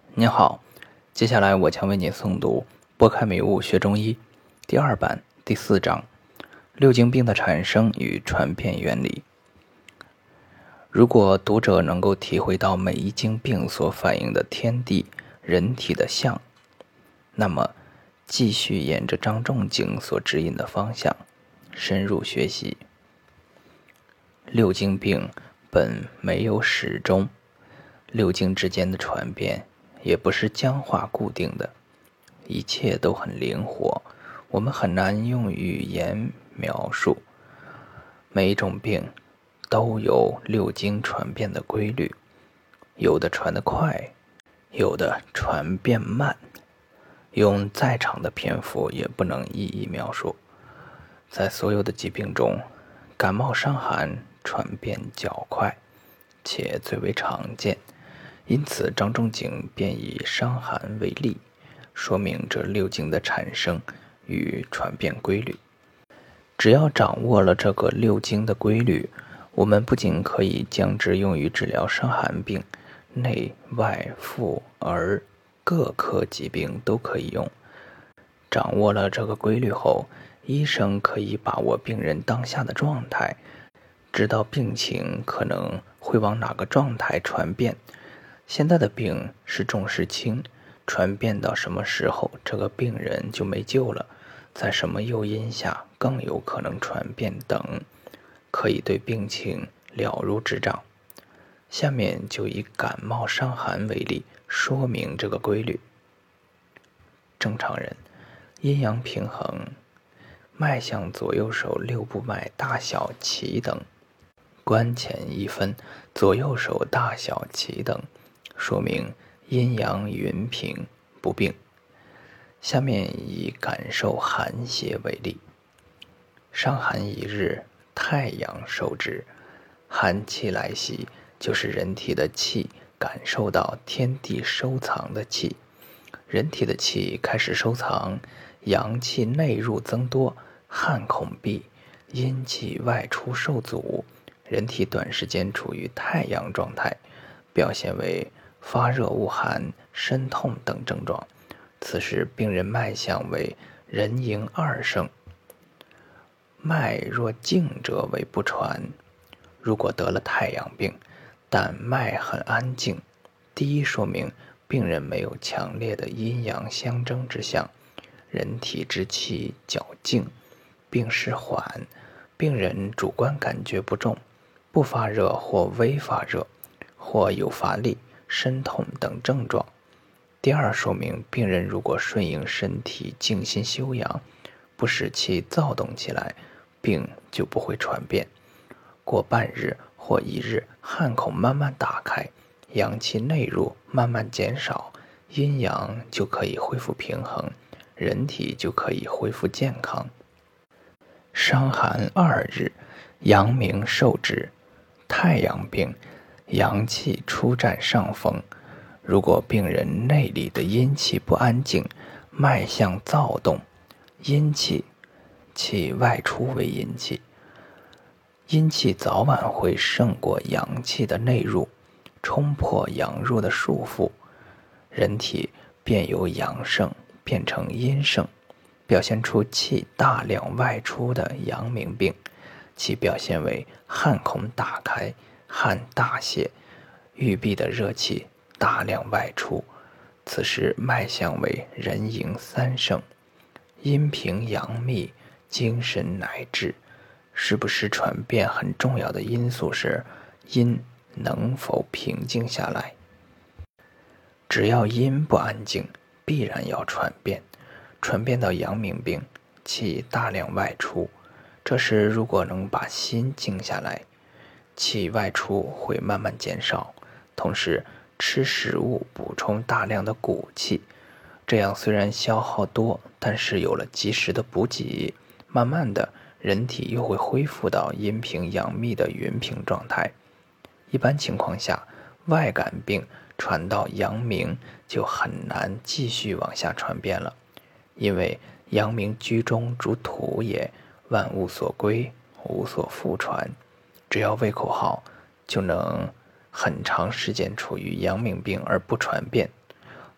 您好，接下来我将为您诵读《拨开迷雾学中医》第2版第4章六经病的产生与传变原理。如果读者能够体会到每一经病所反映的天地人体的象，那么继续沿着张仲景所指引的方向深入学习。六经病本没有始终，六经之间的传变也不是僵化固定的，一切都很灵活，我们很难用语言描述。每一种病都有六经传变的规律，有的传得快，有的传变慢，用再长的篇幅也不能一一描述。在所有的疾病中，感冒伤寒传变较快，且最为常见，因此张仲景便以伤寒为例，说明这六经的产生与传变规律。只要掌握了这个六经的规律，我们不仅可以将之用于治疗伤寒病，内外妇儿各科疾病都可以用。掌握了这个规律后，医生可以把握病人当下的状态，知道病情可能会往哪个状态传变。现在的病是重是轻，传变到什么时候，这个病人就没救了，在什么诱因下更有可能传变等，可以对病情了如指掌。下面就以感冒伤寒为例，说明这个规律。正常人阴阳平衡，脉象左右手六部脉大小齐等，关前一分，左右手大小齐等，说明阴阳匀平不病。下面以感受寒邪为例，伤寒一日，太阳受之，寒气来袭，就是人体的气感受到天地收藏的气，人体的气开始收藏，阳气内入增多，汗孔闭，阴气外出受阻，人体短时间处于太阳状态，表现为发热恶寒、身痛等症状。此时病人脉象为人迎二盛，脉若静者为不传。如果得了太阳病，但脉很安静，第一说明病人没有强烈的阴阳相争之象，人体之气较静，病势缓，病人主观感觉不重，不发热或微发热，或有乏力、身痛等症状。第二说明病人如果顺应身体静心休养，不使气躁动起来，病就不会传变。过半日或一日，汗孔慢慢打开，阳气内入慢慢减少，阴阳就可以恢复平衡，人体就可以恢复健康。伤寒2日，阳明受之，太阳病，阳气初占上风。如果病人内里的阴气不安静，脉象躁动，阴气外出为阴气，阴气早晚会胜过阳气的内入，冲破阳入的束缚，人体便由阳盛变成阴盛，表现出气大量外出的阳明病，其表现为汗孔打开，汗大泄，郁闭的热气大量外出，此时脉象为人迎三盛，阴平阳密，精神乃至。是不是传变很重要的因素是阴能否平静下来。只要阴不安静，必然要传变，传变到阳明病，气大量外出，这时如果能把心静下来，气外出会慢慢减少，同时吃食物补充大量的骨气，这样虽然消耗多，但是有了及时的补给，慢慢的人体又会恢复到阴平阳密的匀平状态。一般情况下，外感病传到阳明就很难继续往下传变了，因为阳明居中主土也，万物所归，无所复传，只要胃口好，就能很长时间处于阳明病而不传变。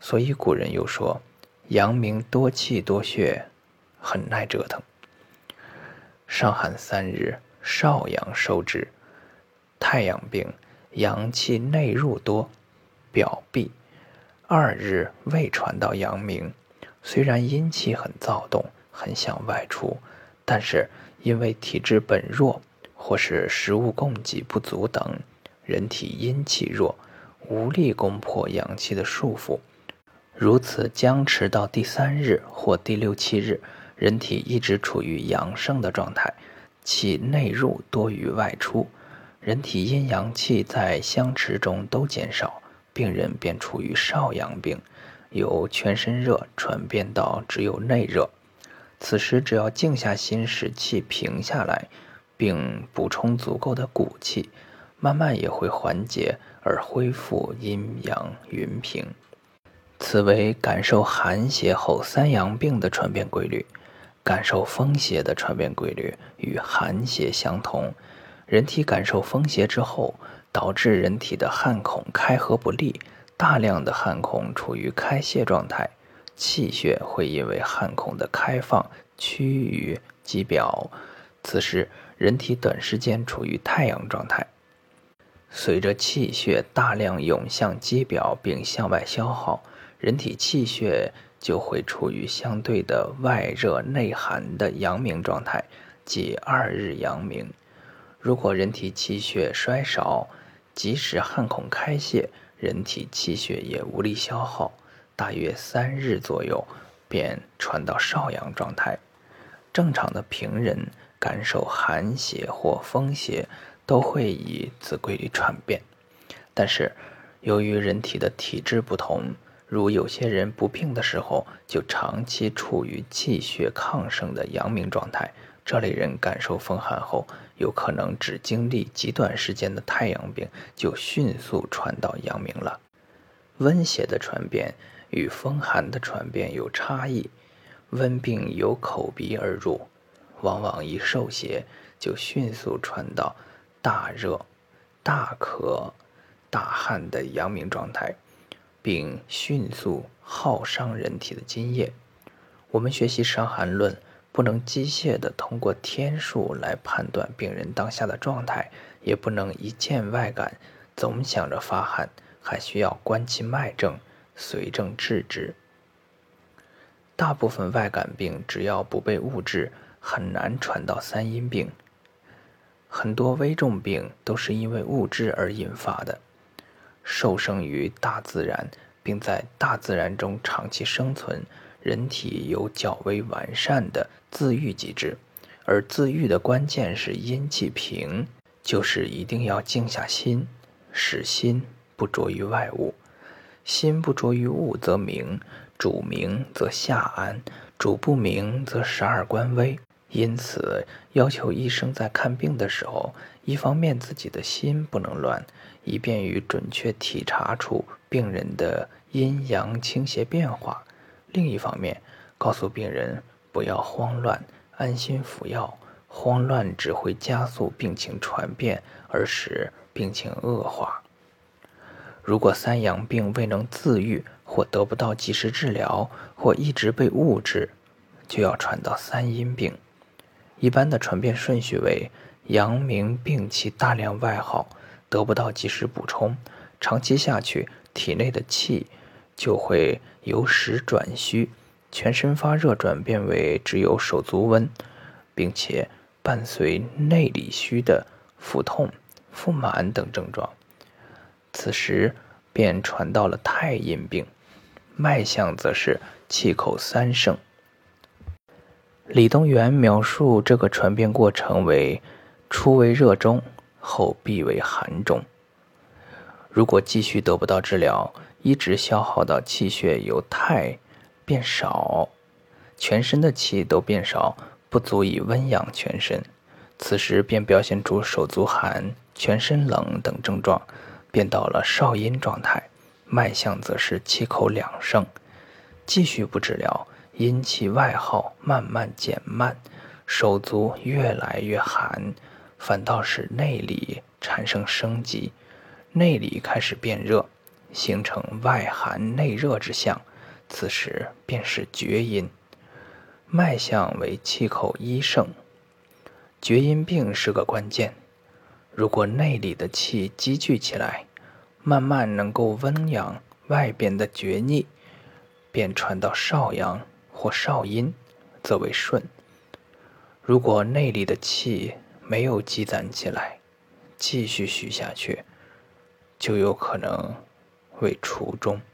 所以古人又说，阳明多气多血，很耐折腾。上寒3日，少阳受之。太阳病，阳气内入多，表闭。2日未传到阳明，虽然阴气很躁动，很想外出，但是因为体质本弱，或是食物供给不足等，人体阴气弱，无力攻破阳气的束缚。如此僵持到第3日或第6、7日，人体一直处于阳盛的状态，气内入多于外出，人体阴阳气在相持中都减少，病人便处于少阳病，由全身热转变到只有内热。此时只要静下心，使气平下来，并补充足够的骨气，慢慢也会缓解而恢复阴阳匀平。此为感受寒邪后3阳病的传变规律。感受风邪的传变规律与寒邪相同，人体感受风邪之后，导致人体的汗孔开合不利，大量的汗孔处于开泄状态，气血会因为汗孔的开放趋于肌表，此时人体短时间处于太阳状态。随着气血大量涌向肌表并向外消耗，人体气血就会处于相对的外热内寒的阳明状态，即2日阳明。如果人体气血衰少，即使汗孔开泄，人体气血也无力消耗，大约3日左右便传到少阳状态。正常的平人感受寒邪或风邪都会以此规律传变，但是由于人体的体质不同，如有些人不病的时候就长期处于气血亢盛的阳明状态，这类人感受风寒后，有可能只经历极短时间的太阳病就迅速传到阳明了。温邪的传变与风寒的传变有差异，温病由口鼻而入，往往一受邪就迅速传到大热、大渴、大汗的阳明状态，并迅速耗伤人体的津液。我们学习伤寒论，不能机械地通过天数来判断病人当下的状态，也不能一见外感总想着发汗，还需要观其脉证，随症治之。大部分外感病只要不被误治，很难传到3阴病。很多危重病都是因为误治而引发的。受生于大自然，并在大自然中长期生存，人体有较为完善的自愈机制，而自愈的关键是阴气平，就是一定要静下心，使心不着于外物。心不着于物则明，主明则下安，主不明则12官微。因此要求医生在看病的时候，一方面自己的心不能乱，以便于准确体察出病人的阴阳倾斜变化；另一方面告诉病人不要慌乱，安心服药，慌乱只会加速病情传变，而使病情恶化。如果3阳病未能自愈，或得不到及时治疗，或一直被误治，就要传到3阴病。一般的传变顺序为：阳明病气大量外耗，得不到及时补充，长期下去，体内的气就会由实转虚，全身发热转变为只有手足温，并且伴随内里虚的腹痛、腹满等症状。此时便传到了太阴病，脉象则是气口3盛。李东垣描述这个传变过程为：初为热中，后必为寒中。如果继续得不到治疗，一直消耗到气血由太变少，全身的气都变少，不足以温养全身，此时便表现出手足寒、全身冷等症状，便到了少阴状态，脉象则是气口2盛。继续不治疗，阴气外耗慢慢减慢，手足越来越寒，反倒使内里产生生机，内里开始变热， 形成外寒内热之象，此时便是厥阴。脉象为气口一盛，厥阴病是个关键。如果内里的气积聚起来，慢慢能够温养外边的厥逆，便传到少阳或少阴，则为顺。如果内里的气没有积攒起来，继续虚下去，就有可能为除中。